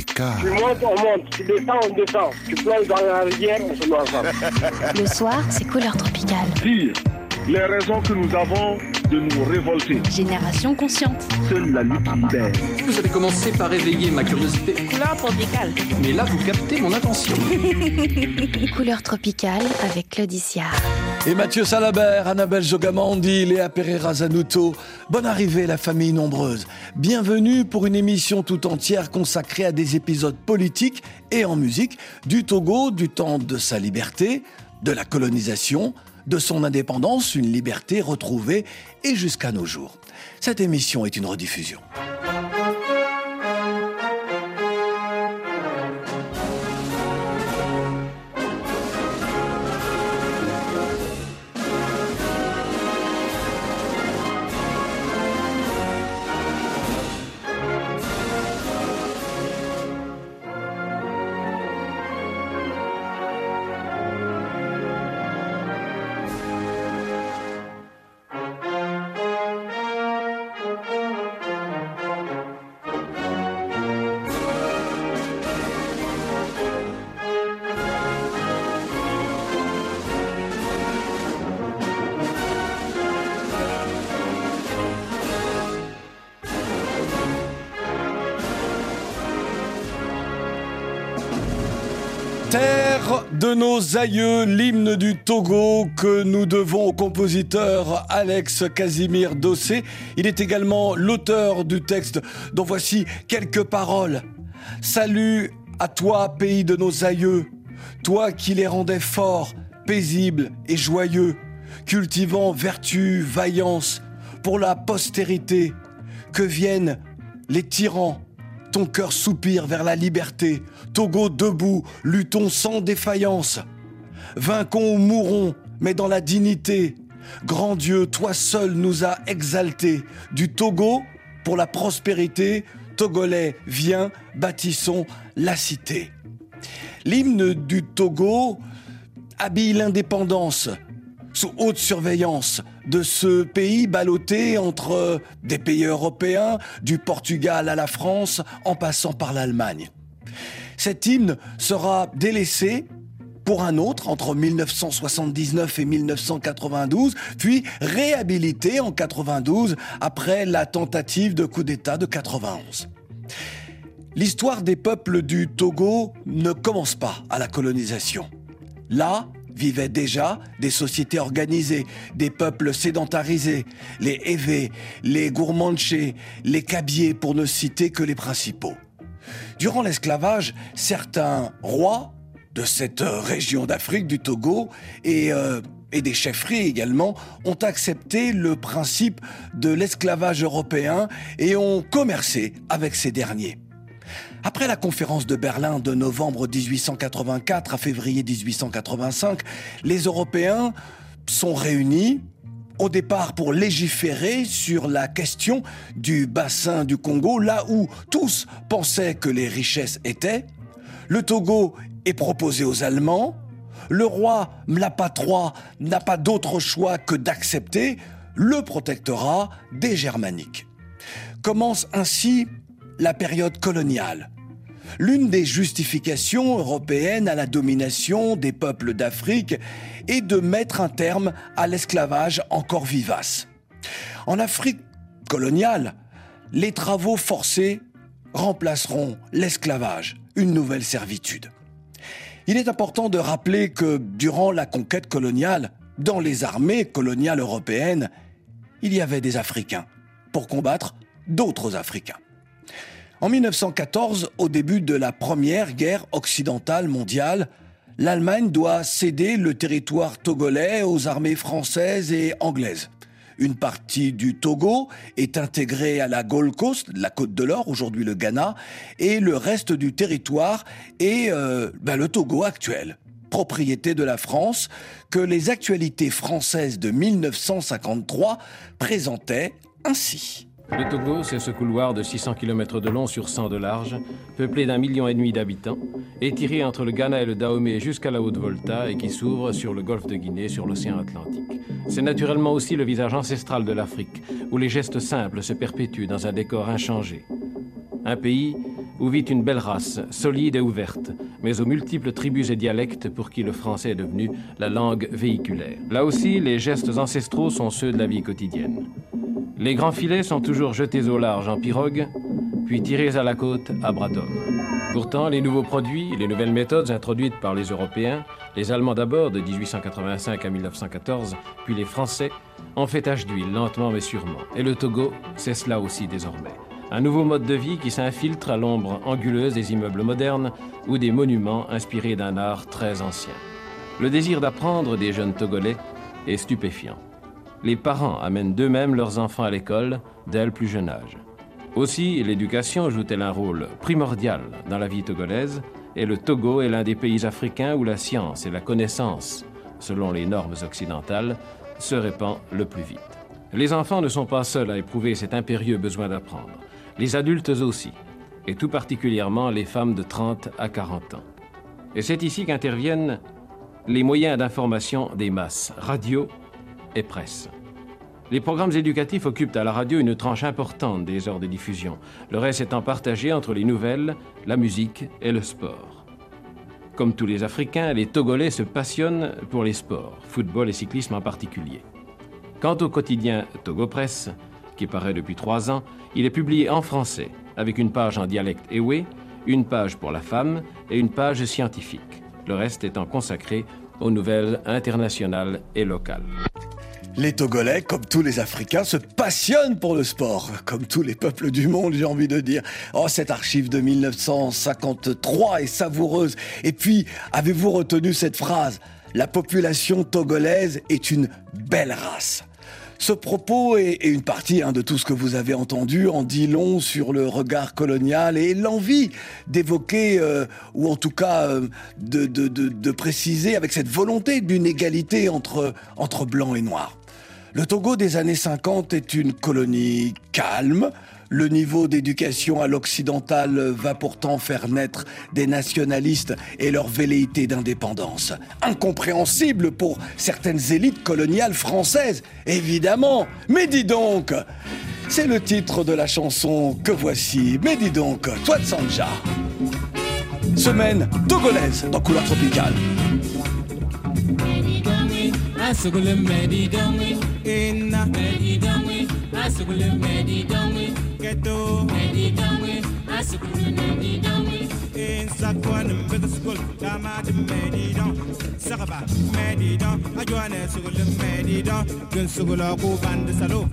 tropical. Tu montes, on monte. Tu descends, on descend. Tu plonges dans la rivière, on se met ensemble. Le soir, c'est couleur tropicale. Dire les raisons que nous avons de nous révolter. Génération consciente. Seule la lutte libère. Vous avez commencé par éveiller ma curiosité. Couleur tropicale. Mais là, vous captez mon attention. Couleur tropicale avec Claudicia. Et Mathieu Salabert, Annabelle Jogamandi, Léa Pereira Zanuto. Bonne arrivée, la famille nombreuse. Bienvenue pour une émission tout entière consacrée à des épisodes politiques et en musique du Togo, du temps de sa liberté, de la colonisation, de son indépendance, une liberté retrouvée et jusqu'à nos jours. Cette émission est une rediffusion. Terre de nos aïeux, l'hymne du Togo que nous devons au compositeur Alex Casimir Dossé. Il est également l'auteur du texte dont voici quelques paroles. Salut à toi, pays de nos aïeux, toi qui les rendais forts, paisibles et joyeux, cultivant vertu, vaillance pour la postérité. Que viennent les tyrans, ton cœur soupire vers la liberté. Togo debout, luttons sans défaillance. Vainquons ou mourons, mais dans la dignité. Grand Dieu, toi seul nous as exaltés. Du Togo, pour la prospérité, Togolais, viens, bâtissons la cité. L'hymne du Togo habille l'indépendance sous haute surveillance de ce pays ballotté entre des pays européens, du Portugal à la France, en passant par l'Allemagne. Cet hymne sera délaissé pour un autre entre 1979 et 1992, puis réhabilité en 92 après la tentative de coup d'État de 91. L'histoire des peuples du Togo ne commence pas à la colonisation. Là, vivaient déjà des sociétés organisées, des peuples sédentarisés, les Evé, les Gourmandchés, les Kabyés, pour ne citer que les principaux. Durant l'esclavage, certains rois de cette région d'Afrique, du Togo, et des chefferies également, ont accepté le principe de l'esclavage européen et ont commercé avec ces derniers. Après la conférence de Berlin de novembre 1884 à février 1885, les Européens sont réunis, au départ pour légiférer sur la question du bassin du Congo, là où tous pensaient que les richesses étaient. Le Togo est proposé aux Allemands. Le roi Mlapa III n'a pas d'autre choix que d'accepter le protectorat des Germaniques. Commence ainsi la période coloniale. L'une des justifications européennes à la domination des peuples d'Afrique est de mettre un terme à l'esclavage encore vivace. En Afrique coloniale, les travaux forcés remplaceront l'esclavage, une nouvelle servitude. Il est important de rappeler que durant la conquête coloniale, dans les armées coloniales européennes, il y avait des Africains pour combattre d'autres Africains. En 1914, au début de la première guerre occidentale mondiale, l'Allemagne doit céder le territoire togolais aux armées françaises et anglaises. Une partie du Togo est intégrée à la Gold Coast, la Côte de l'Or, aujourd'hui le Ghana, et le reste du territoire est le Togo actuel, propriété de la France, que les actualités françaises de 1953 présentaient ainsi. Le Togo, c'est ce couloir de 600 km de long sur 100 de large, peuplé d'1,5 million d'habitants, étiré entre le Ghana et le Dahomey jusqu'à la Haute-Volta et qui s'ouvre sur le golfe de Guinée sur l'océan Atlantique. C'est naturellement aussi le visage ancestral de l'Afrique, où les gestes simples se perpétuent dans un décor inchangé. Un pays où vit une belle race, solide et ouverte, mais aux multiples tribus et dialectes pour qui le français est devenu la langue véhiculaire. Là aussi, les gestes ancestraux sont ceux de la vie quotidienne. Les grands filets sont toujours jetés au large en pirogue, puis tirés à la côte à bras d'homme. Pourtant, les nouveaux produits, les nouvelles méthodes introduites par les Européens, les Allemands d'abord de 1885 à 1914, puis les Français, ont fait tache d'huile lentement mais sûrement. Et le Togo, c'est cela aussi désormais. Un nouveau mode de vie qui s'infiltre à l'ombre anguleuse des immeubles modernes ou des monuments inspirés d'un art très ancien. Le désir d'apprendre des jeunes Togolais est stupéfiant. Les parents amènent d'eux-mêmes leurs enfants à l'école dès le plus jeune âge. Aussi, l'éducation joue-t-elle un rôle primordial dans la vie togolaise, et le Togo est l'un des pays africains où la science et la connaissance, selon les normes occidentales, se répand le plus vite. Les enfants ne sont pas seuls à éprouver cet impérieux besoin d'apprendre. Les adultes aussi, et tout particulièrement les femmes de 30 à 40 ans. Et c'est ici qu'interviennent les moyens d'information des masses, radio et presse. Les programmes éducatifs occupent à la radio une tranche importante des heures de diffusion, le reste étant partagé entre les nouvelles, la musique et le sport. Comme tous les Africains, les Togolais se passionnent pour les sports, football et cyclisme en particulier. Quant au quotidien Togo Presse, qui paraît depuis 3 ans, il est publié en français, avec une page en dialecte ewe, une page pour la femme et une page scientifique, le reste étant consacré aux nouvelles internationales et locales. Les Togolais, comme tous les Africains, se passionnent pour le sport, comme tous les peuples du monde, j'ai envie de dire. Oh, cette archive de 1953 est savoureuse. Et puis, avez-vous retenu cette phrase ? La population togolaise est une belle race. Ce propos et une partie de tout ce que vous avez entendu en dit long sur le regard colonial et l'envie d'évoquer, ou en tout cas de préciser avec cette volonté d'une égalité entre blancs et noirs. Le Togo des années 50 est une colonie calme. Le niveau d'éducation à l'occidental va pourtant faire naître des nationalistes et leur velléité d'indépendance. Incompréhensible pour certaines élites coloniales françaises, évidemment. Mais dis donc, c'est le titre de la chanson que voici. Mais dis donc, toi de Sanja. Semaine togolaise dans Couleur Tropicale. Ghetto, Medi Dongwe, Asukulu Medi Dongwe, in Sakwan, Middle School, Dama de Medi Dong, Sakaba, Medi Dong, Ajuana Sugul Medi Dong, Gun Sugula Kuban de Salo.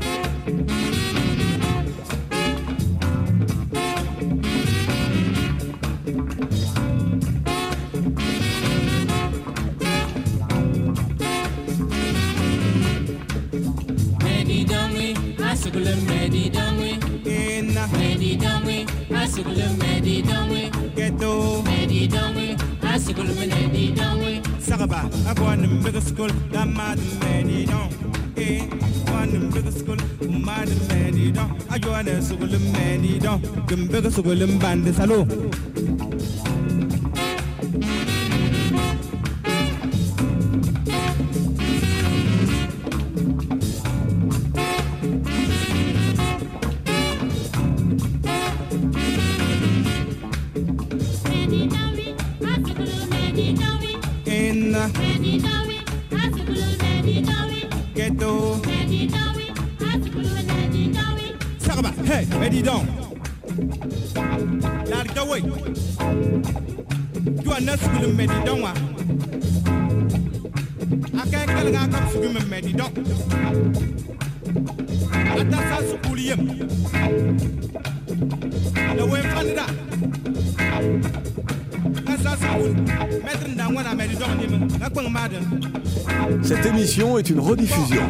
Medi Dongwe, Asukulu Medi Dongwe. Medi Dongwe, Asukulu Medi Dongwe, Ghetto, Medi Dongwe, Asukulu Medi Dongwe, Sakaba, Aguan Middle School, Dama Medi Dong, one Middle School, Mad Medi Dong, Aguan Sugul Medi Dong, Gumbiga Sugulum Band Salo. Hey, Medi Dong. Larga way. You are not school Medi Dong. I can't get a come to Medi Dong. That's a school yam. The way Canada. That's a school. Mettre down when I Medi Dong. Cette émission est une rediffusion.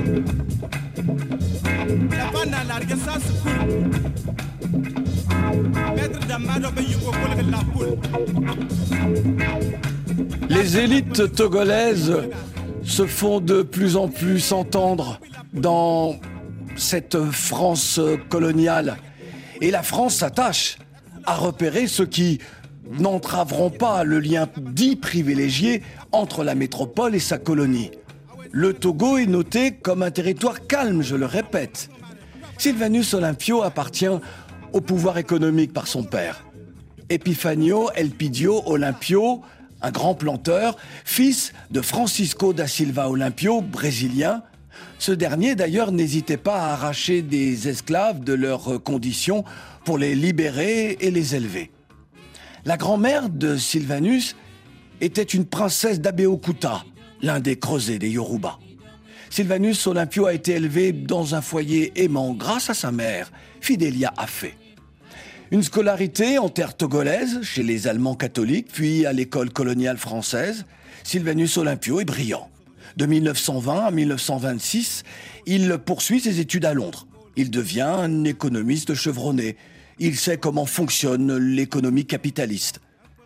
Les élites togolaises se font de plus en plus entendre dans cette France coloniale. Et la France s'attache à repérer ceux qui n'entraveront pas le lien dit privilégié entre la métropole et sa colonie. Le Togo est noté comme un territoire calme, je le répète. Sylvanus Olympio appartient au pouvoir économique par son père. Epifanio Elpidio Olympio, un grand planteur, fils de Francisco da Silva Olympio, brésilien. Ce dernier, d'ailleurs, n'hésitait pas à arracher des esclaves de leurs conditions pour les libérer et les élever. La grand-mère de Sylvanus était une princesse d'Abeokuta, l'un des creusets des Yoruba. Sylvanus Olympio a été élevé dans un foyer aimant grâce à sa mère, Fidelia Afé. Une scolarité en terre togolaise, chez les Allemands catholiques, puis à l'école coloniale française, Sylvanus Olympio est brillant. De 1920 à 1926, il poursuit ses études à Londres. Il devient un économiste chevronné. Il sait comment fonctionne l'économie capitaliste.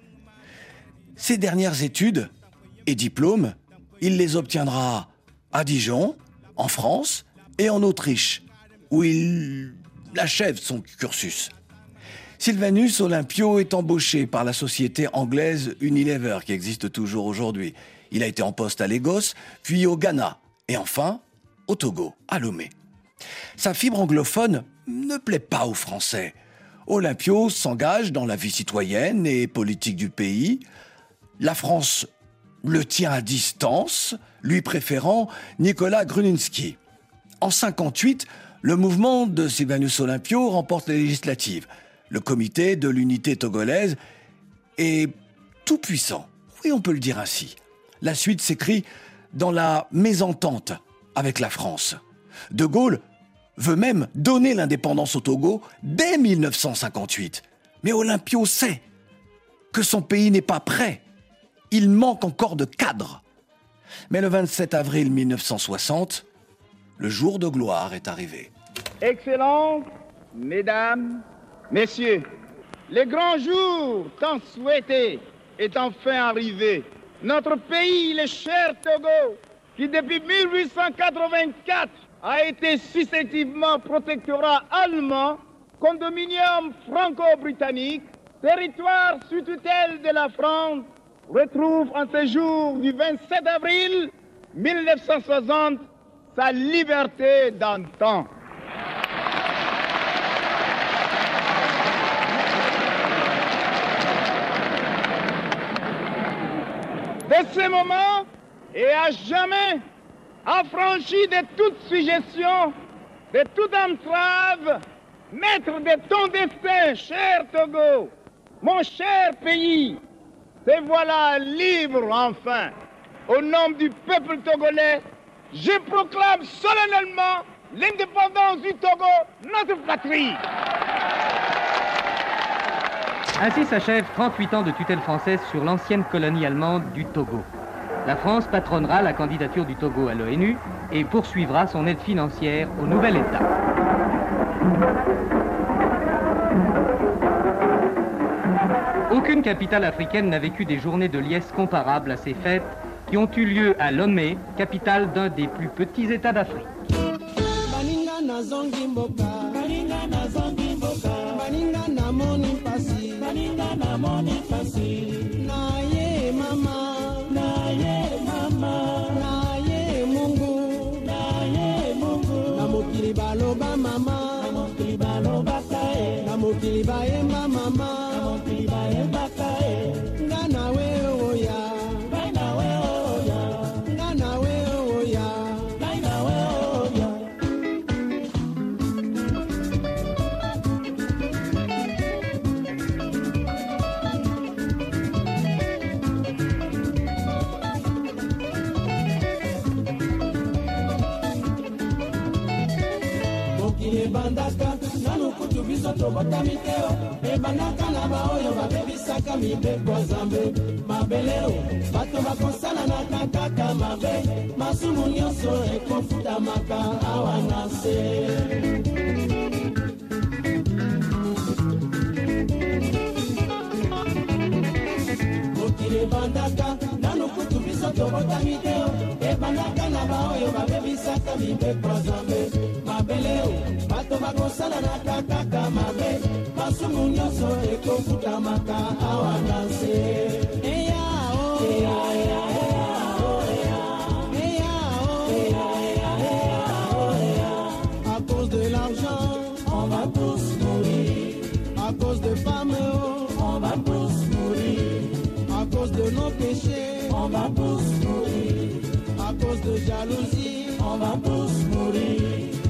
Ses dernières études et diplômes, il les obtiendra à Dijon, en France et en Autriche, où il achève son cursus. Sylvanus Olympio est embauché par la société anglaise Unilever, qui existe toujours aujourd'hui. Il a été en poste à Lagos, puis au Ghana, et enfin au Togo, à Lomé. Sa fibre anglophone ne plaît pas aux Français. Olympio s'engage dans la vie citoyenne et politique du pays. La France le tient à distance, lui préférant Nicolas Gruninski. En 1958, le mouvement de Sylvanus Olympio remporte les législatives. Le comité de l'unité togolaise est tout puissant. Oui, on peut le dire ainsi. La suite s'écrit dans la mésentente avec la France. De Gaulle veut même donner l'indépendance au Togo dès 1958. Mais Olympio sait que son pays n'est pas prêt. Il manque encore de cadres. Mais le 27 avril 1960, le jour de gloire est arrivé. Excellences, mesdames, messieurs, le grand jour tant souhaité est enfin arrivé. Notre pays, le cher Togo, qui depuis 1884 a été successivement protectorat allemand, condominium franco-britannique, territoire sous tutelle de la France, retrouve en ce jour du 27 avril 1960 sa liberté d'antan. De ce moment et à jamais, affranchi de toute suggestion, de toute entrave, maître de ton destin, cher Togo, mon cher pays, te voilà libre enfin. Au nom du peuple togolais, je proclame solennellement l'indépendance du Togo, notre patrie. Ainsi s'achèvent 38 ans de tutelle française sur l'ancienne colonie allemande du Togo. La France patronnera la candidature du Togo à l'ONU et poursuivra son aide financière au nouvel État. Aucune capitale africaine n'a vécu des journées de liesse comparables à ces fêtes qui ont eu lieu à Lomé, capitale d'un des plus petits États d'Afrique. Bandaka nanu kutu biso tobota miteo ebanaka na baoyo babebisaka mibeko zambe mabeleo bato bakosala na kakaka mabe masumu nyonso ekofutamaka awa na se. Mokili bandaka nanu kutu biso tobota miteo ebanaka na baoyo babebisaka mibeko zambe mabeleo bato bakosala na kakaka mabe masumu nyonso ekofutamaka awa na se. À cause de l'argent, on va tous mourir. À cause de femmes, on va péché, on va tous mourir. À cause de jalousie, on va tous mourir.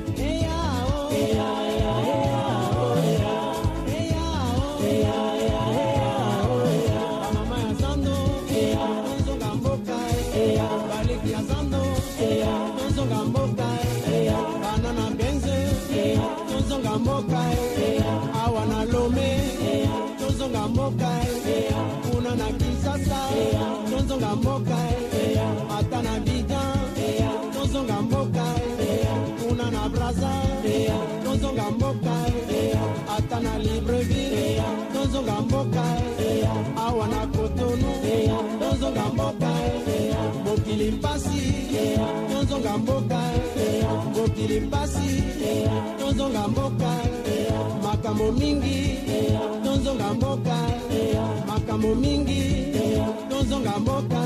Awana Lome, Tozonga Mokai, Unana Kisasa, Tozonga Mokai, Atana Bidan, Tozonga Mokai, Unana Braza, Tozonga Mokai, Atana Libreville, Tozonga Mokai, Awana Cotonou, Tozonga Mokai, Bokilimpasi, Tozonga Mokai, Bokilimpasi, Tozonga Mokai. Makambo mingi, tozonga mboka. Makambo mingi, tozonga mboka.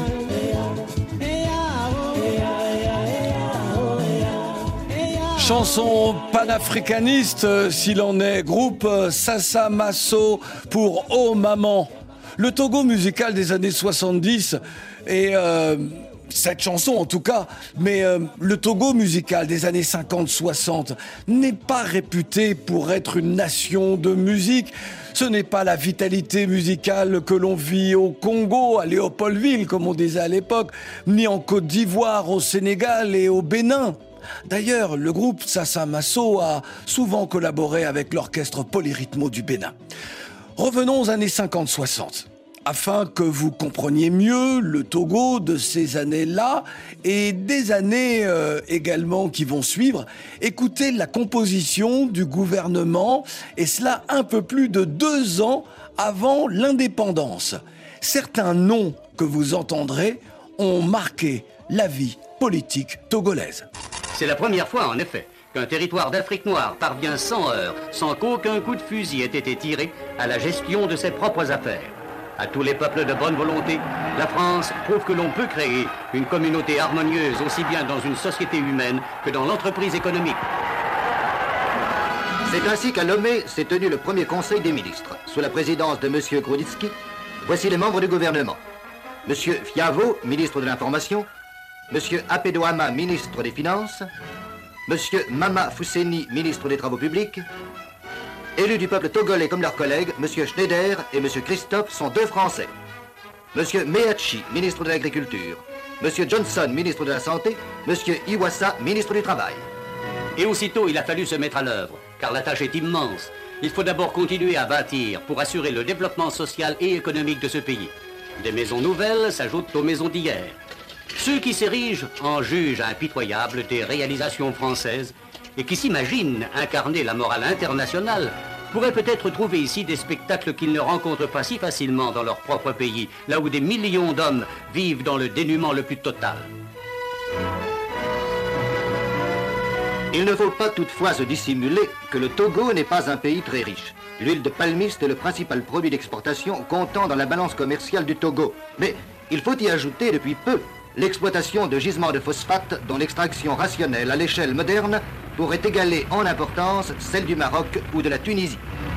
Chanson panafricaniste, s'il en est, groupe Sassa Masso pour Oh Maman. Le Togo musical des années 70 et cette chanson en tout cas, mais le Togo musical des années 50-60 n'est pas réputé pour être une nation de musique. Ce n'est pas la vitalité musicale que l'on vit au Congo, à Léopoldville comme on disait à l'époque, ni en Côte d'Ivoire, au Sénégal et au Bénin. D'ailleurs, le groupe Sassa Masso a souvent collaboré avec l'orchestre Polyrythmo du Bénin. Revenons aux années 50-60. Afin que vous compreniez mieux le Togo de ces années-là et des années également qui vont suivre, écoutez la composition du gouvernement, et cela un peu plus de 2 ans avant l'indépendance. Certains noms que vous entendrez ont marqué la vie politique togolaise. C'est la première fois, en effet, qu'un territoire d'Afrique noire parvient sans heurts, sans qu'aucun coup de fusil ait été tiré, à la gestion de ses propres affaires. À tous les peuples de bonne volonté, la France prouve que l'on peut créer une communauté harmonieuse aussi bien dans une société humaine que dans l'entreprise économique. C'est ainsi qu'à Lomé s'est tenu le premier conseil des ministres, sous la présidence de M. Gruditsky. Voici les membres du gouvernement. M. Fiavo, ministre de l'Information, M. Apedoama, ministre des Finances, M. Mama Fousseni, ministre des Travaux publics. Élus du peuple togolais comme leurs collègues, M. Schneider et M. Christophe sont 2 Français. M. Meachi, ministre de l'Agriculture. M. Johnson, ministre de la Santé. M. Iwasa, ministre du Travail. Et aussitôt, il a fallu se mettre à l'œuvre, car la tâche est immense. Il faut d'abord continuer à bâtir pour assurer le développement social et économique de ce pays. Des maisons nouvelles s'ajoutent aux maisons d'hier. Ceux qui s'érigent en jugent impitoyables des réalisations françaises et qui s'imaginent incarner la morale internationale pourraient peut-être trouver ici des spectacles qu'ils ne rencontrent pas si facilement dans leur propre pays, là où des millions d'hommes vivent dans le dénuement le plus total. Il ne faut pas toutefois se dissimuler que le Togo n'est pas un pays très riche. L'huile de palmiste est le principal produit d'exportation comptant dans la balance commerciale du Togo. Mais il faut y ajouter depuis peu l'exploitation de gisements de phosphate dont l'extraction rationnelle à l'échelle moderne pourrait égaler en importance celle du Maroc ou de la Tunisie.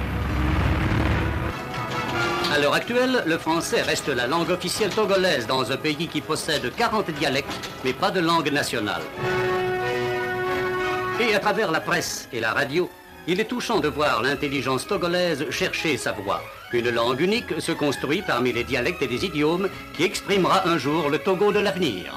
À l'heure actuelle, le français reste la langue officielle togolaise dans un pays qui possède 40 dialectes, mais pas de langue nationale. Et à travers la presse et la radio, il est touchant de voir l'intelligence togolaise chercher sa voix. Une langue unique se construit parmi les dialectes et les idiomes qui exprimera un jour le Togo de l'avenir.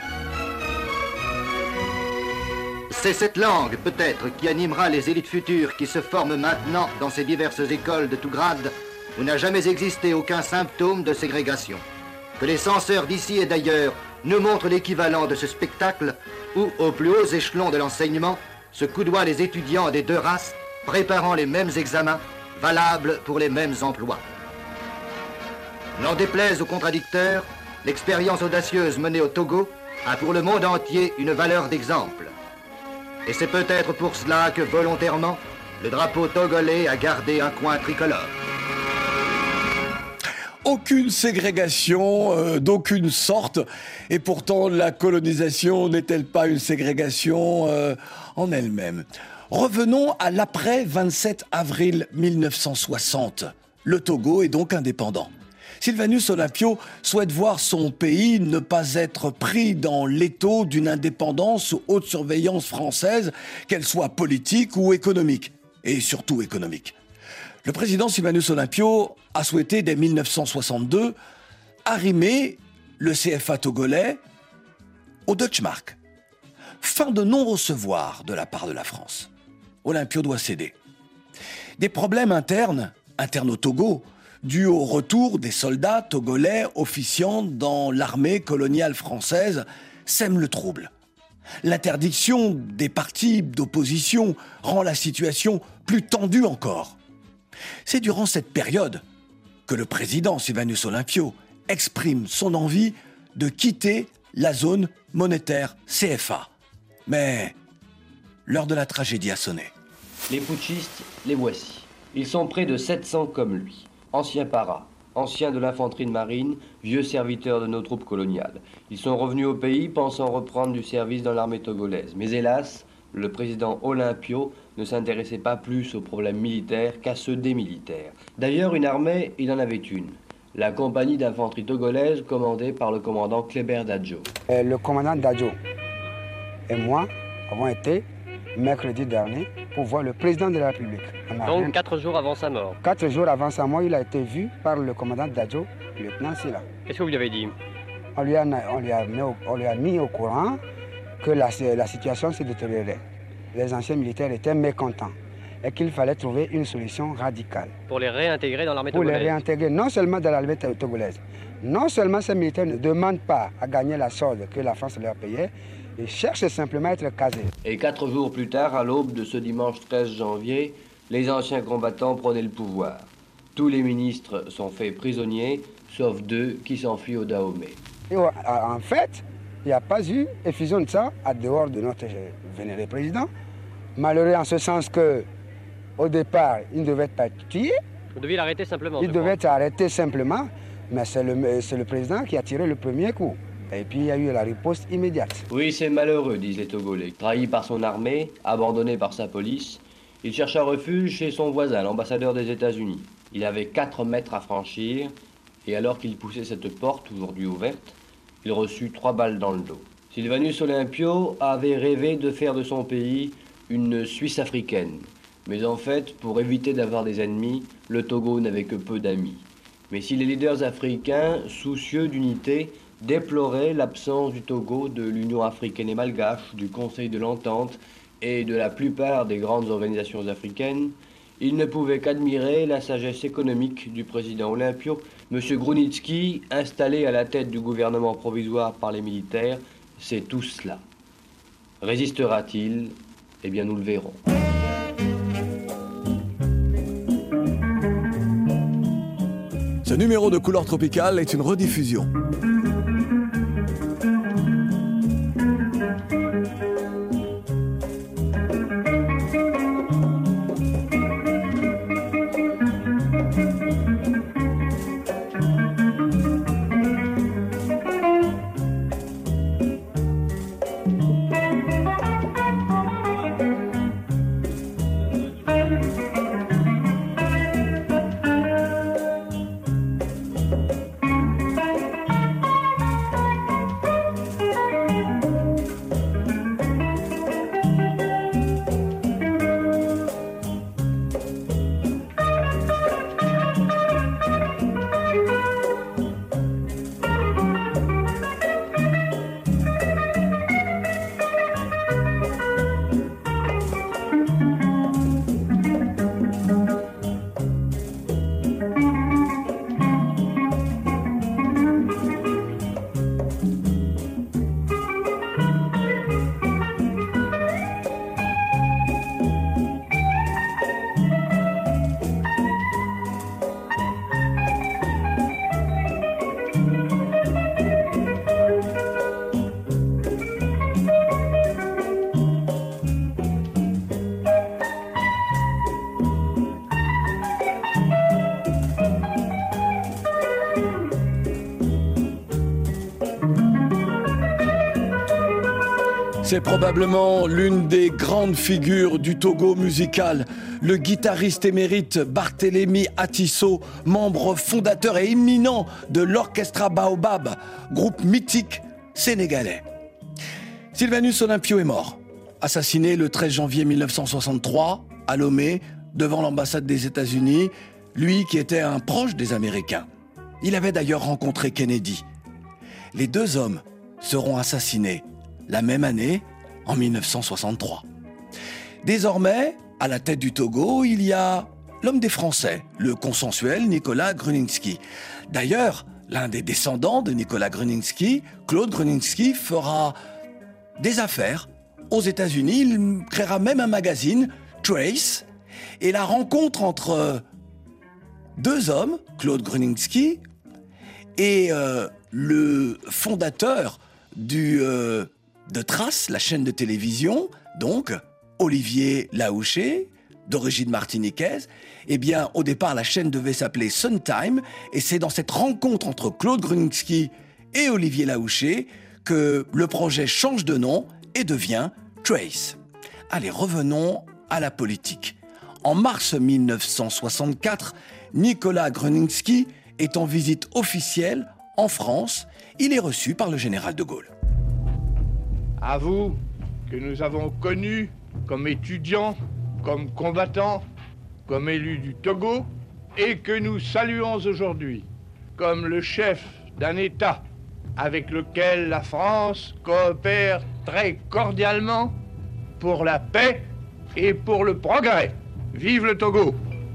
C'est cette langue, peut-être, qui animera les élites futures qui se forment maintenant dans ces diverses écoles de tout grade où n'a jamais existé aucun symptôme de ségrégation. Que les censeurs d'ici et d'ailleurs nous montrent l'équivalent de ce spectacle où, au plus haut échelon de l'enseignement, se coudoient les étudiants des 2 races, préparant les mêmes examens, valables pour les mêmes emplois. N'en déplaise aux contradicteurs, l'expérience audacieuse menée au Togo a pour le monde entier une valeur d'exemple. Et c'est peut-être pour cela que, volontairement, le drapeau togolais a gardé un coin tricolore. Aucune ségrégation d'aucune sorte, et pourtant la colonisation n'est-elle pas une ségrégation en elle-même? Revenons à l'après 27 avril 1960. Le Togo est donc indépendant. Sylvanus Olympio souhaite voir son pays ne pas être pris dans l'étau d'une indépendance sous haute surveillance française, qu'elle soit politique ou économique, et surtout économique. Le président Sylvanus Olympio a souhaité dès 1962 arrimer le CFA togolais au Deutschmark. Fin de non-recevoir de la part de la France. Olympio doit céder. Des problèmes internes au Togo, dus au retour des soldats togolais officiant dans l'armée coloniale française, sèment le trouble. L'interdiction des partis d'opposition rend la situation plus tendue encore. C'est durant cette période que le président Sylvanus Olympio exprime son envie de quitter la zone monétaire CFA. Mais l'heure de la tragédie a sonné. Les putschistes, les voici. Ils sont près de 700 comme lui. Anciens paras, anciens de l'infanterie de marine, vieux serviteurs de nos troupes coloniales. Ils sont revenus au pays pensant reprendre du service dans l'armée togolaise. Mais hélas, le président Olympio ne s'intéressait pas plus aux problèmes militaires qu'à ceux des militaires. D'ailleurs, une armée, il en avait une. La compagnie d'infanterie togolaise commandée par le commandant Kléber Dadjo. Le commandant Dadjo et moi avons été, mercredi dernier, pour voir le président de la République. Donc 4 jours avant sa mort. 4 jours avant sa mort, il a été vu par le commandant Dadjo, le lieutenant Silla. Qu'est-ce que vous lui avez dit? On lui a mis au courant que la situation s'est détériorée. Les anciens militaires étaient mécontents et qu'il fallait trouver une solution radicale. Pour les réintégrer dans l'armée togolaise? Pour les réintégrer, non seulement dans l'armée togolaise. Non seulement ces militaires ne demandent pas à gagner la solde que la France leur payait, ils cherchent simplement à être casés. Et 4 jours plus tard, à l'aube de ce dimanche 13 janvier, les anciens combattants prenaient le pouvoir. Tous les ministres sont faits prisonniers, sauf 2 qui s'enfuient au Dahomey. Et en fait, il n'y a pas eu effusion de ça à dehors de notre vénéré président. Malheureux en ce sens que, au départ, il ne devait pas être tué. Vous deviez l'arrêter simplement. Il devait être arrêté simplement, mais c'est le président qui a tiré le premier coup. Et puis il y a eu la riposte immédiate. Oui, c'est malheureux, disent les Togolais. Trahi par son armée, abandonné par sa police, il chercha refuge chez son voisin, l'ambassadeur des États-Unis. Il avait 4 mètres à franchir, et alors qu'il poussait cette porte, aujourd'hui ouverte, il reçut 3 balles dans le dos. Sylvanus Olympio avait rêvé de faire de son pays une Suisse africaine. Mais en fait, pour éviter d'avoir des ennemis, le Togo n'avait que peu d'amis. Mais si les leaders africains, soucieux d'unité, déploraient l'absence du Togo de l'Union africaine et malgache, du Conseil de l'Entente et de la plupart des grandes organisations africaines, ils ne pouvaient qu'admirer la sagesse économique du président Olympio. M. Grunitzky, installé à la tête du gouvernement provisoire par les militaires, c'est tout cela. Résistera-t-il? Eh bien, nous le verrons. Ce numéro de Couleur Tropicale est une rediffusion. C'est probablement l'une des grandes figures du Togo musical, le guitariste émérite Barthélemy Atisso, membre fondateur et éminent de l'Orchestra Baobab, groupe mythique sénégalais. Sylvanus Olympio est mort, assassiné le 13 janvier 1963 à Lomé, devant l'ambassade des États-Unis, lui qui était un proche des Américains. Il avait d'ailleurs rencontré Kennedy. Les deux hommes seront assassinés la même année, en 1963. Désormais, à la tête du Togo, il y a l'homme des Français, le consensuel Nicolas Gruninski. D'ailleurs, l'un des descendants de Nicolas Gruninski, Claude Gruninski, fera des affaires aux États-Unis. Il créera même un magazine, Trace, et la rencontre entre deux hommes, Claude Gruninski et le fondateur de Trace, la chaîne de télévision, donc Olivier Laouché, d'origine martiniquaise, eh bien, au départ, la chaîne devait s'appeler Suntime, et c'est dans cette rencontre entre Claude Gruninski et Olivier Laouché que le projet change de nom et devient Trace. Allez, revenons à la politique. En mars 1964, Nicolas Gruninski est en visite officielle en France. Il est reçu par le général de Gaulle. À vous, que nous avons connus comme étudiants, comme combattants, comme élus du Togo, et que nous saluons aujourd'hui comme le chef d'un État avec lequel la France coopère très cordialement pour la paix et pour le progrès. Vive le Togo!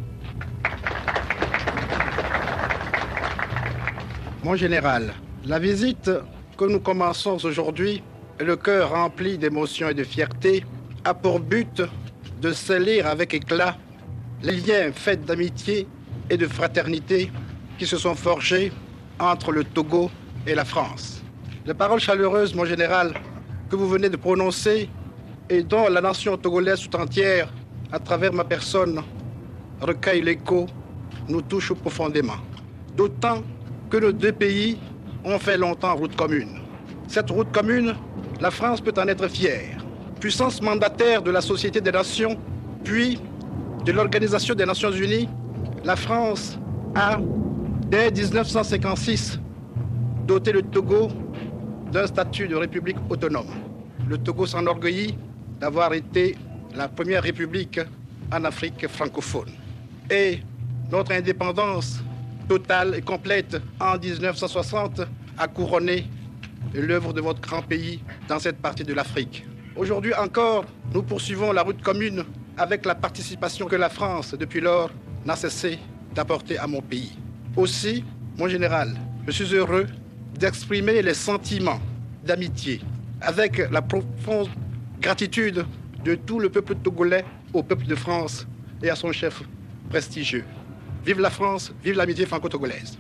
Mon général, la visite que nous commençons aujourd'hui, le cœur rempli d'émotion et de fierté, a pour but de sceller avec éclat les liens faits d'amitié et de fraternité qui se sont forgés entre le Togo et la France. Les paroles chaleureuses, mon général, que vous venez de prononcer et dont la nation togolaise tout entière, à travers ma personne, recueille l'écho, nous touchent profondément. D'autant que nos deux pays ont fait longtemps route commune. Cette route commune, la France peut en être fière. Puissance mandataire de la Société des Nations, puis de l'Organisation des Nations Unies, la France a, dès 1956, doté le Togo d'un statut de république autonome. Le Togo s'enorgueillit d'avoir été la première république en Afrique francophone. Et notre indépendance totale et complète en 1960 a couronné l'œuvre de votre grand pays dans cette partie de l'Afrique. Aujourd'hui encore, nous poursuivons la route commune avec la participation que la France, depuis lors, n'a cessé d'apporter à mon pays. Aussi, mon général, je suis heureux d'exprimer les sentiments d'amitié avec la profonde gratitude de tout le peuple togolais au peuple de France et à son chef prestigieux. Vive la France, vive l'amitié franco-togolaise.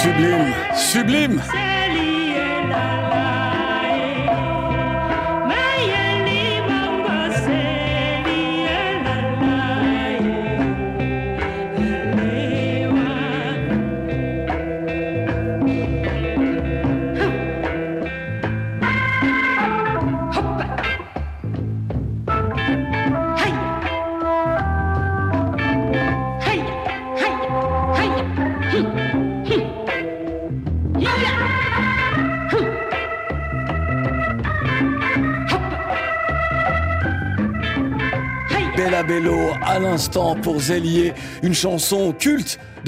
Sublime, sublime. Bella Bello, à l'instant pour Zélier, une chanson culte de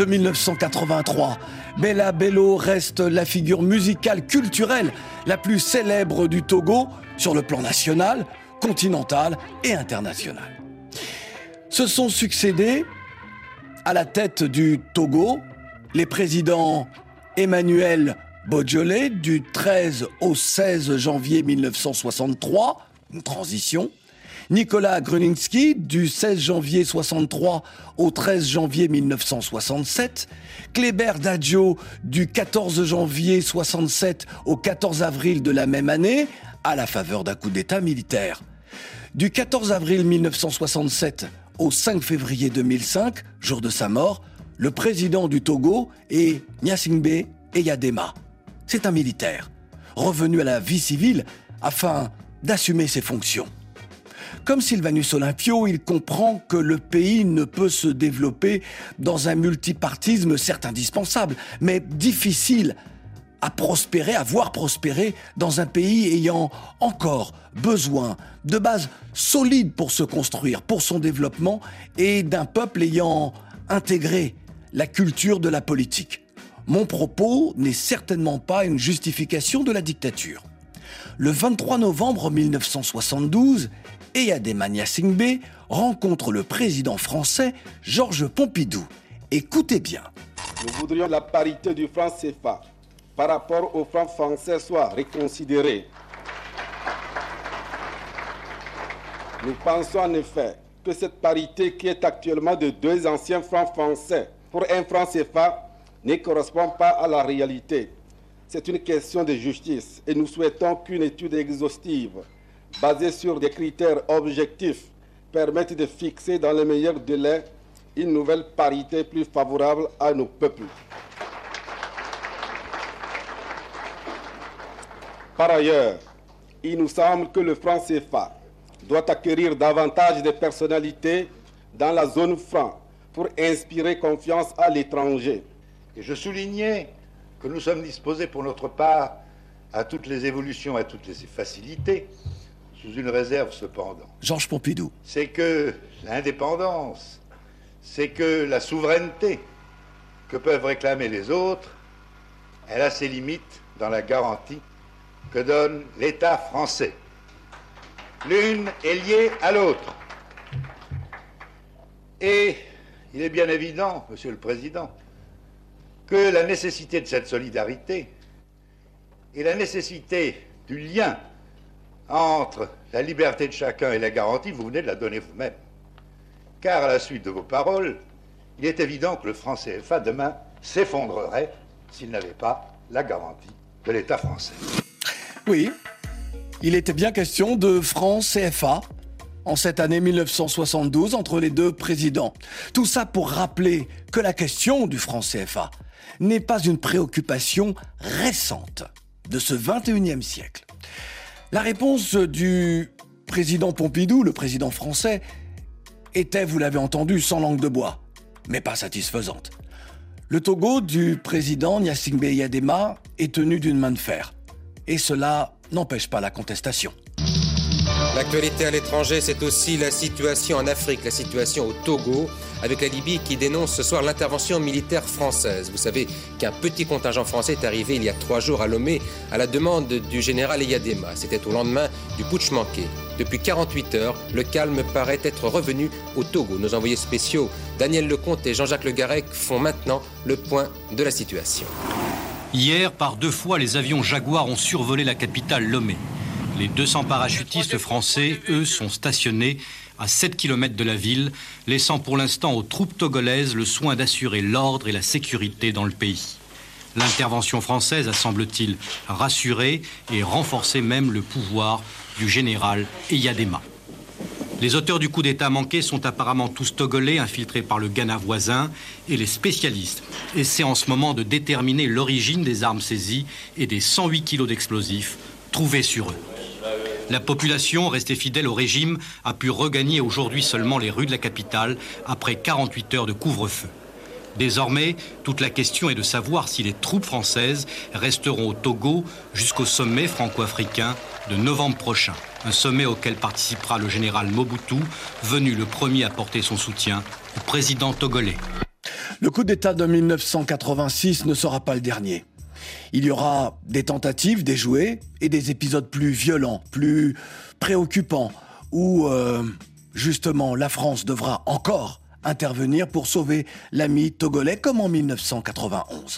1983. Bella Bello reste la figure musicale culturelle la plus célèbre du Togo sur le plan national, continental et international. Se sont succédés à la tête du Togo les présidents Emmanuel Bojolé du 13 au 16 janvier 1963, une transition, Nicolas Gruninski, du 16 janvier 63 au 13 janvier 1967, Kléber Dadjo, du 14 janvier 67 au 14 avril de la même année, à la faveur d'un coup d'État militaire. Du 14 avril 1967 au 5 février 2005, jour de sa mort, le président du Togo est Gnassingbé Eyadema. C'est un militaire, revenu à la vie civile afin d'assumer ses fonctions. Comme Sylvanus Olympio, il comprend que le pays ne peut se développer dans un multipartisme certes indispensable, mais difficile à prospérer, à voir prospérer dans un pays ayant encore besoin de bases solides pour se construire, pour son développement, et d'un peuple ayant intégré la culture de la politique. Mon propos n'est certainement pas une justification de la dictature. Le 23 novembre 1972, Eyadema Gnassingbé rencontre le président français Georges Pompidou. Écoutez bien. Nous voudrions que la parité du franc CFA par rapport au franc français soit reconsidérée. Nous pensons en effet que cette parité qui est actuellement de 2 anciens francs français pour un franc CFA ne correspond pas à la réalité. C'est une question de justice et nous souhaitons qu'une étude exhaustive basée sur des critères objectifs permette de fixer dans les meilleurs délais une nouvelle parité plus favorable à nos peuples. Par ailleurs, il nous semble que le franc CFA doit acquérir davantage de personnalités dans la zone franc pour inspirer confiance à l'étranger. Et je soulignais que nous sommes disposés pour notre part à toutes les évolutions, à toutes les facilités, sous une réserve cependant. Georges Pompidou. C'est que l'indépendance, c'est que la souveraineté que peuvent réclamer les autres, elle a ses limites dans la garantie que donne l'État français. L'une est liée à l'autre. Et il est bien évident, Monsieur le Président, que la nécessité de cette solidarité et la nécessité du lien entre la liberté de chacun et la garantie, vous venez de la donner vous-même. Car à la suite de vos paroles, il est évident que le franc CFA demain s'effondrerait s'il n'avait pas la garantie de l'État français. Oui, il était bien question de franc CFA en cette année 1972 entre les deux présidents. Tout ça pour rappeler que la question du franc CFA n'est pas une préoccupation récente de ce 21e siècle. La réponse du président Pompidou, le président français, était, vous l'avez entendu, sans langue de bois, mais pas satisfaisante. Le Togo du président Gnassingbé Eyadema est tenu d'une main de fer. Et cela n'empêche pas la contestation. L'actualité à l'étranger, c'est aussi la situation en Afrique, la situation au Togo, avec la Libye qui dénonce ce soir l'intervention militaire française. Vous savez qu'un petit contingent français est arrivé il y a 3 jours à Lomé à la demande du général Eyadema. C'était au lendemain du putsch manqué. Depuis 48 heures, le calme paraît être revenu au Togo. Nos envoyés spéciaux, Daniel Lecomte et Jean-Jacques Le Garec, font maintenant le point de la situation. Hier, par 2 fois, les avions Jaguar ont survolé la capitale Lomé. Les 200 parachutistes français, eux, sont stationnés à 7 km de la ville, laissant pour l'instant aux troupes togolaises le soin d'assurer l'ordre et la sécurité dans le pays. L'intervention française a, semble-t-il, rassuré et renforcé même le pouvoir du général Eyadema. Les auteurs du coup d'État manqué sont apparemment tous togolais, infiltrés par le Ghana voisin, et les spécialistes essaient en ce moment de déterminer l'origine des armes saisies et des 108 kilos d'explosifs trouvés sur eux. La population, restée fidèle au régime, a pu regagner aujourd'hui seulement les rues de la capitale après 48 heures de couvre-feu. Désormais, toute la question est de savoir si les troupes françaises resteront au Togo jusqu'au sommet franco-africain de novembre prochain. Un sommet auquel participera le général Mobutu, venu le premier apporter son soutien au président togolais. Le coup d'État de 1986 ne sera pas le dernier. Il y aura des tentatives déjouées et des épisodes plus violents, plus préoccupants, où justement la France devra encore intervenir pour sauver l'ami togolais comme en 1991.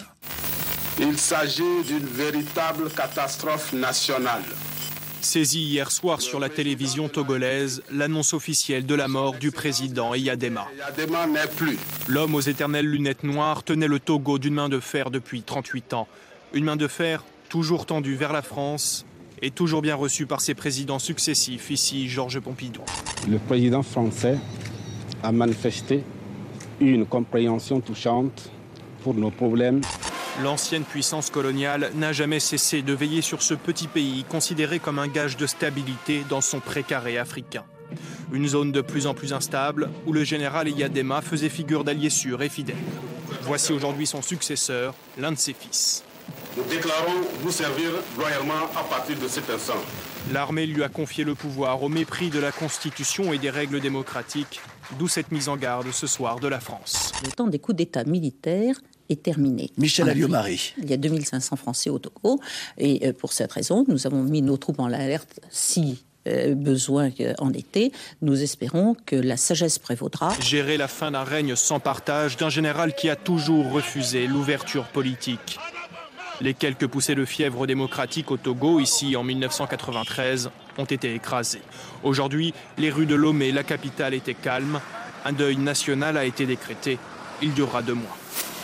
Il s'agit d'une véritable catastrophe nationale. Saisie hier soir sur la télévision togolaise, l'annonce officielle de la mort du président Eyadema. Eyadema n'est plus. L'homme aux éternelles lunettes noires tenait le Togo d'une main de fer depuis 38 ans. Une main de fer toujours tendue vers la France et toujours bien reçue par ses présidents successifs, ici Georges Pompidou. Le président français a manifesté une compréhension touchante pour nos problèmes. L'ancienne puissance coloniale n'a jamais cessé de veiller sur ce petit pays considéré comme un gage de stabilité dans son précaré africain. Une zone de plus en plus instable où le général Eyadema faisait figure d'allié sûr et fidèle. Voici aujourd'hui son successeur, l'un de ses fils. Nous déclarons vous servir loyalement à partir de cet instant. L'armée lui a confié le pouvoir au mépris de la Constitution et des règles démocratiques, d'où cette mise en garde ce soir de la France. Le temps des coups d'État militaires est terminé. Michel Alliot-Marie. Il y a 2500 Français au Togo et pour cette raison, nous avons mis nos troupes en alerte si besoin en été. Nous espérons que la sagesse prévaudra. Gérer la fin d'un règne sans partage d'un général qui a toujours refusé l'ouverture politique. Les quelques poussées de fièvre démocratique au Togo, ici en 1993, ont été écrasées. Aujourd'hui, les rues de Lomé, la capitale, étaient calmes. Un deuil national a été décrété. Il durera 2 mois.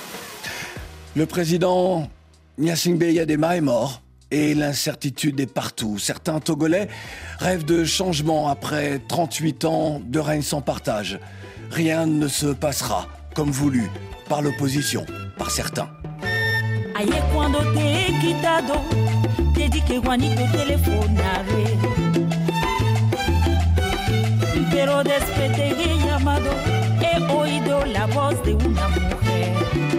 Le président Gnassingbé Eyadema est mort et l'incertitude est partout. Certains Togolais rêvent de changement après 38 ans de règne sans partage. Rien ne se passera comme voulu par l'opposition, par certains. Aye cuando te he quitado, te di que Juanito telefonaré. Pero después te he llamado, he oído la voz de una mujer.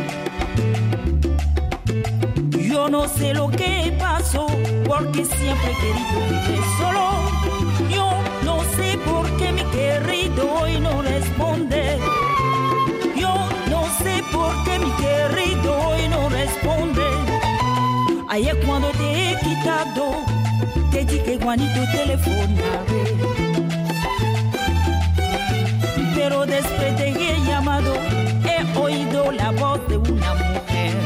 Yo no sé lo que pasó, porque siempre he querido vivir solo. Yo no sé por qué mi querido hoy no responde. Yo no sé por qué mi querido hoy no responde. Ayer cuando te he quitado, te dije Juanito telefonaré. Pero después te he llamado, he oído la voz de una mujer.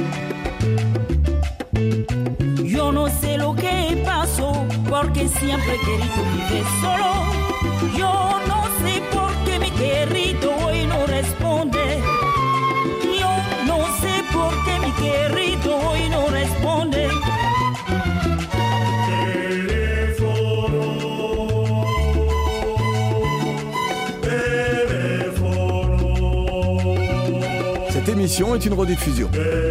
Yo no sé lo que pasó, porque siempre he querido vivir solo. Yo no sé por qué mi querido hoy no responde. Yo no sé por qué mi querido hoy no responde. Cette émission est une rediffusion.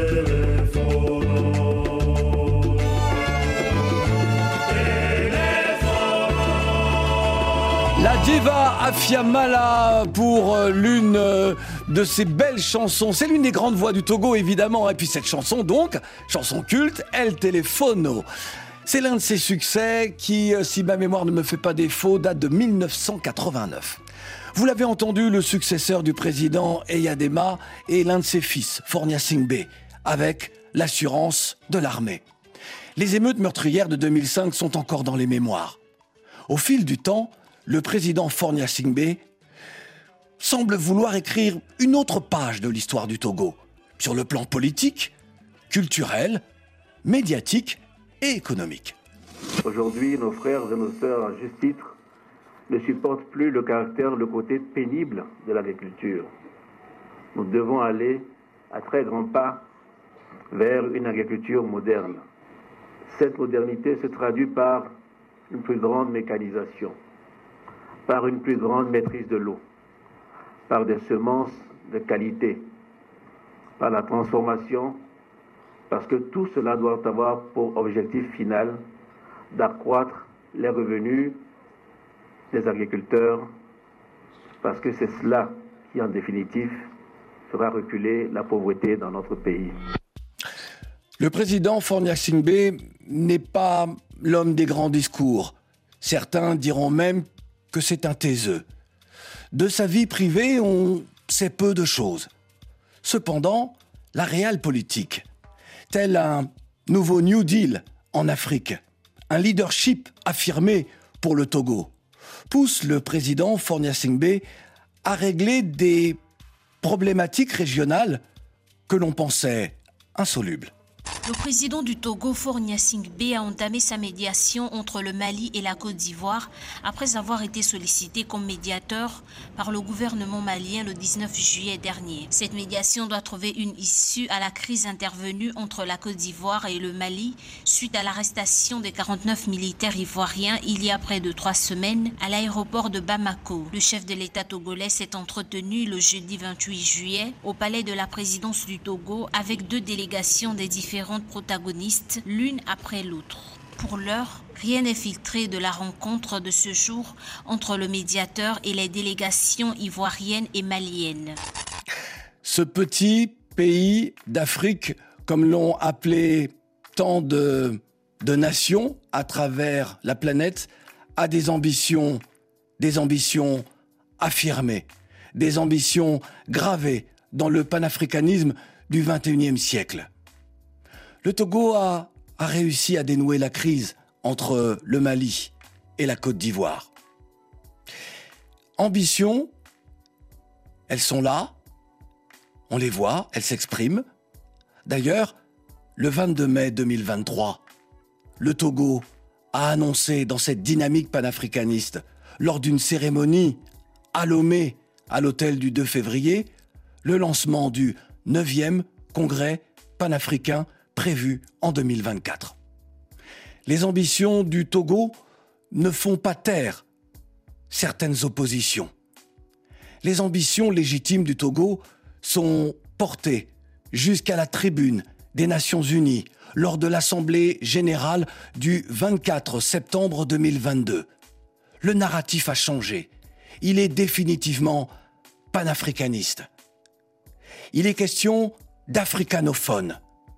La diva Afia Mala pour l'une de ses belles chansons. C'est l'une des grandes voix du Togo, évidemment. Et puis cette chanson, donc, chanson culte, El Telefono. C'est l'un de ses succès qui, si ma mémoire ne me fait pas défaut, date de 1989. Vous l'avez entendu, le successeur du président Eyadema est l'un de ses fils, Fornia-Singbe, avec l'assurance de l'armée. Les émeutes meurtrières de 2005 sont encore dans les mémoires. Au fil du temps, le président Fornia-Singbe semble vouloir écrire une autre page de l'histoire du Togo, sur le plan politique, culturel, médiatique et économique. Aujourd'hui, nos frères et nos sœurs, à juste titre, ne supportent plus le caractère, le côté pénible de l'agriculture. Nous devons aller à très grands pas vers une agriculture moderne. Cette modernité se traduit par une plus grande mécanisation, par une plus grande maîtrise de l'eau, par des semences de qualité, par la transformation, parce que tout cela doit avoir pour objectif final d'accroître les revenus des agriculteurs, parce que c'est cela qui, en définitive, fera reculer la pauvreté dans notre pays. Le président Faure Gnassingbé n'est pas l'homme des grands discours. Certains diront même que c'est un taiseux. De sa vie privée, on sait peu de choses. Cependant, la réelle politique, tel un nouveau New Deal en Afrique, un leadership affirmé pour le Togo, pousse le président Faure Gnassingbé à régler des problématiques régionales que l'on pensait insolubles. Le président du Togo, Faure Gnassingbé, a entamé sa médiation entre le Mali et la Côte d'Ivoire après avoir été sollicité comme médiateur par le gouvernement malien le 19 juillet dernier. Cette médiation doit trouver une issue à la crise intervenue entre la Côte d'Ivoire et le Mali suite à l'arrestation des 49 militaires ivoiriens il y a près de 3 semaines à l'aéroport de Bamako. Le chef de l'État togolais s'est entretenu le jeudi 28 juillet au palais de la présidence du Togo avec 2 délégations des différents protagonistes, l'une après l'autre. Pour l'heure, rien n'est filtré de la rencontre de ce jour entre le médiateur et les délégations ivoiriennes et maliennes. Ce petit pays d'Afrique, comme l'ont appelé tant de nations à travers la planète, a des ambitions affirmées, des ambitions gravées dans le panafricanisme du XXIe siècle. Le Togo a réussi à dénouer la crise entre le Mali et la Côte d'Ivoire. Ambitions, elles sont là, on les voit, elles s'expriment. D'ailleurs, le 22 mai 2023, le Togo a annoncé dans cette dynamique panafricaniste, lors d'une cérémonie à Lomé, à l'hôtel du 2 février, le lancement du 9e congrès panafricain prévu en 2024. Les ambitions du Togo ne font pas taire certaines oppositions. Les ambitions légitimes du Togo sont portées jusqu'à la tribune des Nations Unies lors de l'Assemblée générale du 24 septembre 2022. Le narratif a changé. Il est définitivement panafricaniste. Il est question d'africanophone.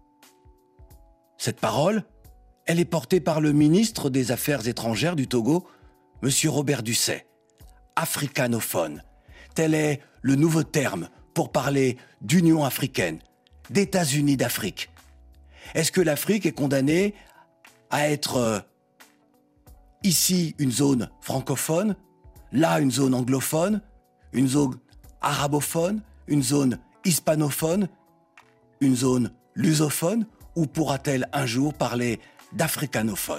Cette parole, elle est portée par le ministre des Affaires étrangères du Togo, M. Robert Dussey. Africanophone. Tel est le nouveau terme pour parler d'Union africaine, d'États-Unis d'Afrique. Est-ce que l'Afrique est condamnée à être ici une zone francophone, là une zone anglophone, une zone arabophone, une zone hispanophone, une zone lusophone, ou pourra-t-elle un jour parler d'africanophone ?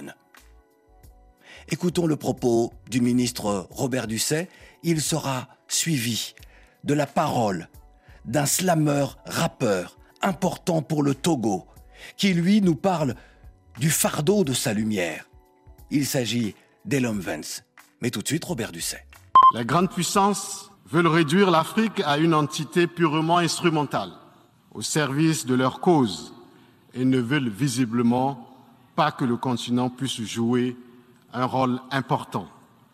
Écoutons le propos du ministre Robert Dussey. Il sera suivi de la parole d'un slameur rappeur important pour le Togo, qui lui nous parle du fardeau de sa lumière. Il s'agit d'Elom Vance. Mais tout de suite, Robert Dussey. Les grandes puissances veulent réduire l'Afrique à une entité purement instrumentale, au service de leur cause, et ne veulent visiblement pas que le continent puisse jouer un rôle important,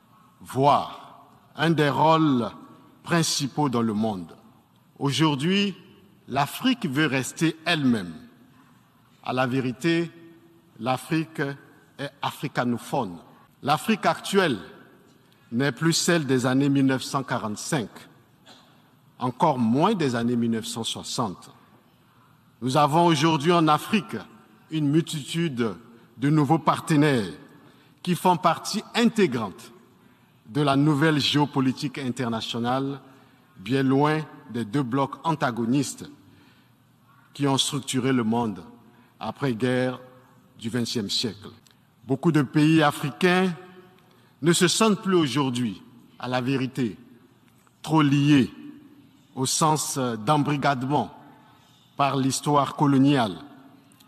voire un des rôles principaux dans le monde. Aujourd'hui, l'Afrique veut rester elle-même. À la vérité, l'Afrique est africanophone. L'Afrique actuelle n'est plus celle des années 1945, encore moins des années 1960. Nous avons aujourd'hui en Afrique une multitude de nouveaux partenaires qui font partie intégrante de la nouvelle géopolitique internationale, bien loin des 2 blocs antagonistes qui ont structuré le monde après-guerre du XXe siècle. Beaucoup de pays africains ne se sentent plus aujourd'hui, à la vérité, trop liés au sens d'embrigadement par l'histoire coloniale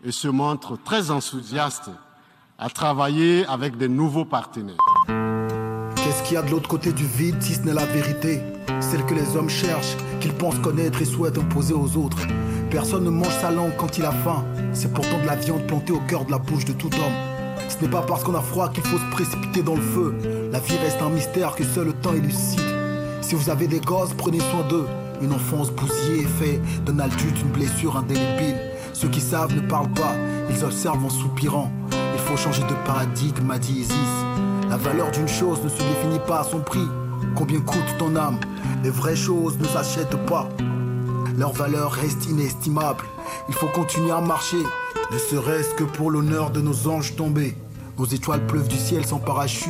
et se montre très enthousiaste à travailler avec de nouveaux partenaires. Qu'est-ce qu'il y a de l'autre côté du vide si ce n'est la vérité? Celle que les hommes cherchent, qu'ils pensent connaître et souhaitent imposer aux autres. Personne ne mange sa langue quand il a faim. C'est pourtant de la viande plantée au cœur de la bouche de tout homme. Ce n'est pas parce qu'on a froid qu'il faut se précipiter dans le feu. La vie reste un mystère que seul le temps élucide. Si vous avez des gosses, prenez soin d'eux. Une enfance bousillée est faite d'un adulte une blessure indélébile. Ceux qui savent ne parlent pas, ils observent en soupirant. Il faut changer de paradigme, m'a dit Isis. La valeur d'une chose ne se définit pas à son prix. Combien coûte ton âme? Les vraies choses ne s'achètent pas. Leur valeur reste inestimable. Il faut continuer à marcher, ne serait-ce que pour l'honneur de nos anges tombés. Nos étoiles pleuvent du ciel sans parachute.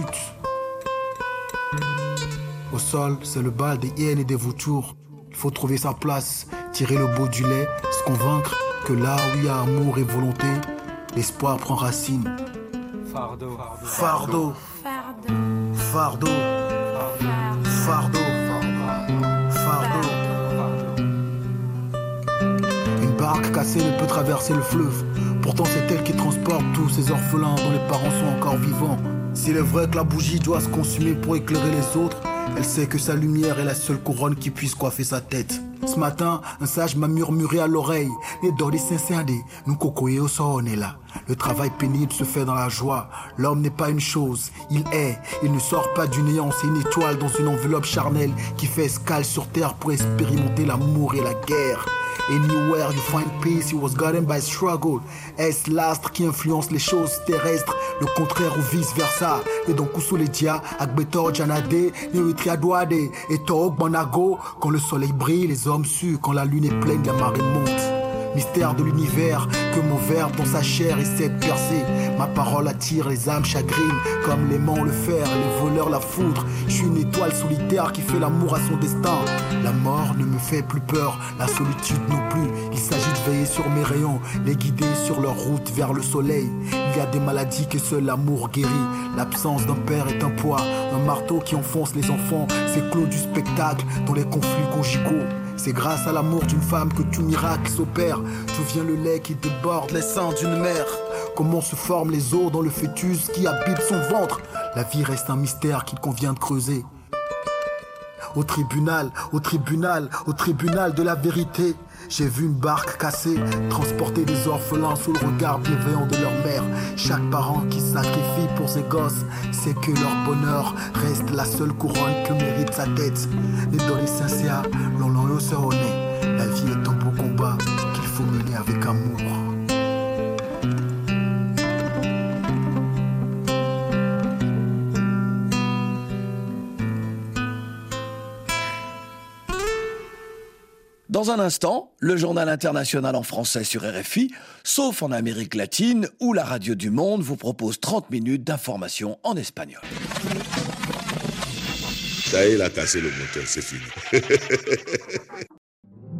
Au sol, c'est le bal des hyènes et des vautours. Il faut trouver sa place, tirer le bout du lait, se convaincre que là où il y a amour et volonté, l'espoir prend racine. Fardeau, fardeau, fardeau, fardeau, fardeau. Une barque cassée ne peut traverser le fleuve. Pourtant c'est elle qui transporte tous ces orphelins dont les parents sont encore vivants. S'il est vrai que la bougie doit se consumer pour éclairer les autres, elle sait que sa lumière est la seule couronne qui puisse coiffer sa tête. Ce matin, un sage m'a murmuré à l'oreille: les dodis sincérés, nous cocoyer au son, on est là. Le travail pénible se fait dans la joie. L'homme n'est pas une chose, il est. Il ne sort pas du néant, c'est une étoile dans une enveloppe charnelle qui fait escale sur terre pour expérimenter l'amour et la guerre. Anywhere you find peace, it was gotten by struggle. Est-ce l'astre qui influence les choses terrestres, le contraire ou vice versa? Et donc Kusuledia, Akbetor Janade, Neutria Douade, et Tog Bonago. Quand le soleil brille, les hommes suent. Quand la lune est pleine, la marée monte. Mystère de l'univers, que mon verbe dans sa chair essaie de percer. Ma parole attire les âmes chagrines, comme l'aimant le fer, les voleurs la foudre. Je suis une étoile solitaire qui fait l'amour à son destin. La mort ne me fait plus peur, la solitude non plus. Il s'agit de veiller sur mes rayons, les guider sur leur route vers le soleil. Il y a des maladies que seul l'amour guérit. L'absence d'un père est un poids, un marteau qui enfonce les enfants. C'est clos du spectacle dans les conflits conjugaux. C'est grâce à l'amour d'une femme que tout miracle s'opère. D'où vient le lait qui déborde les seins d'une mère? Comment se forment les os dans le fœtus qui habite son ventre? La vie reste un mystère qu'il convient de creuser. Au tribunal, au tribunal, au tribunal de la vérité, j'ai vu une barque cassée transporter des orphelins sous le regard bienveillant de leur mère. Chaque parent qui sacrifie pour ses gosses sait que leur bonheur reste la seule couronne que mérite sa tête. Les données sincères, l'on se renaît. La vie est un beau combat qu'il faut mener avec amour. Dans un instant, le journal international en français sur RFI, sauf en Amérique latine, où la radio du Monde vous propose 30 minutes d'information en espagnol. Ça y est, il a cassé le moteur, c'est fini.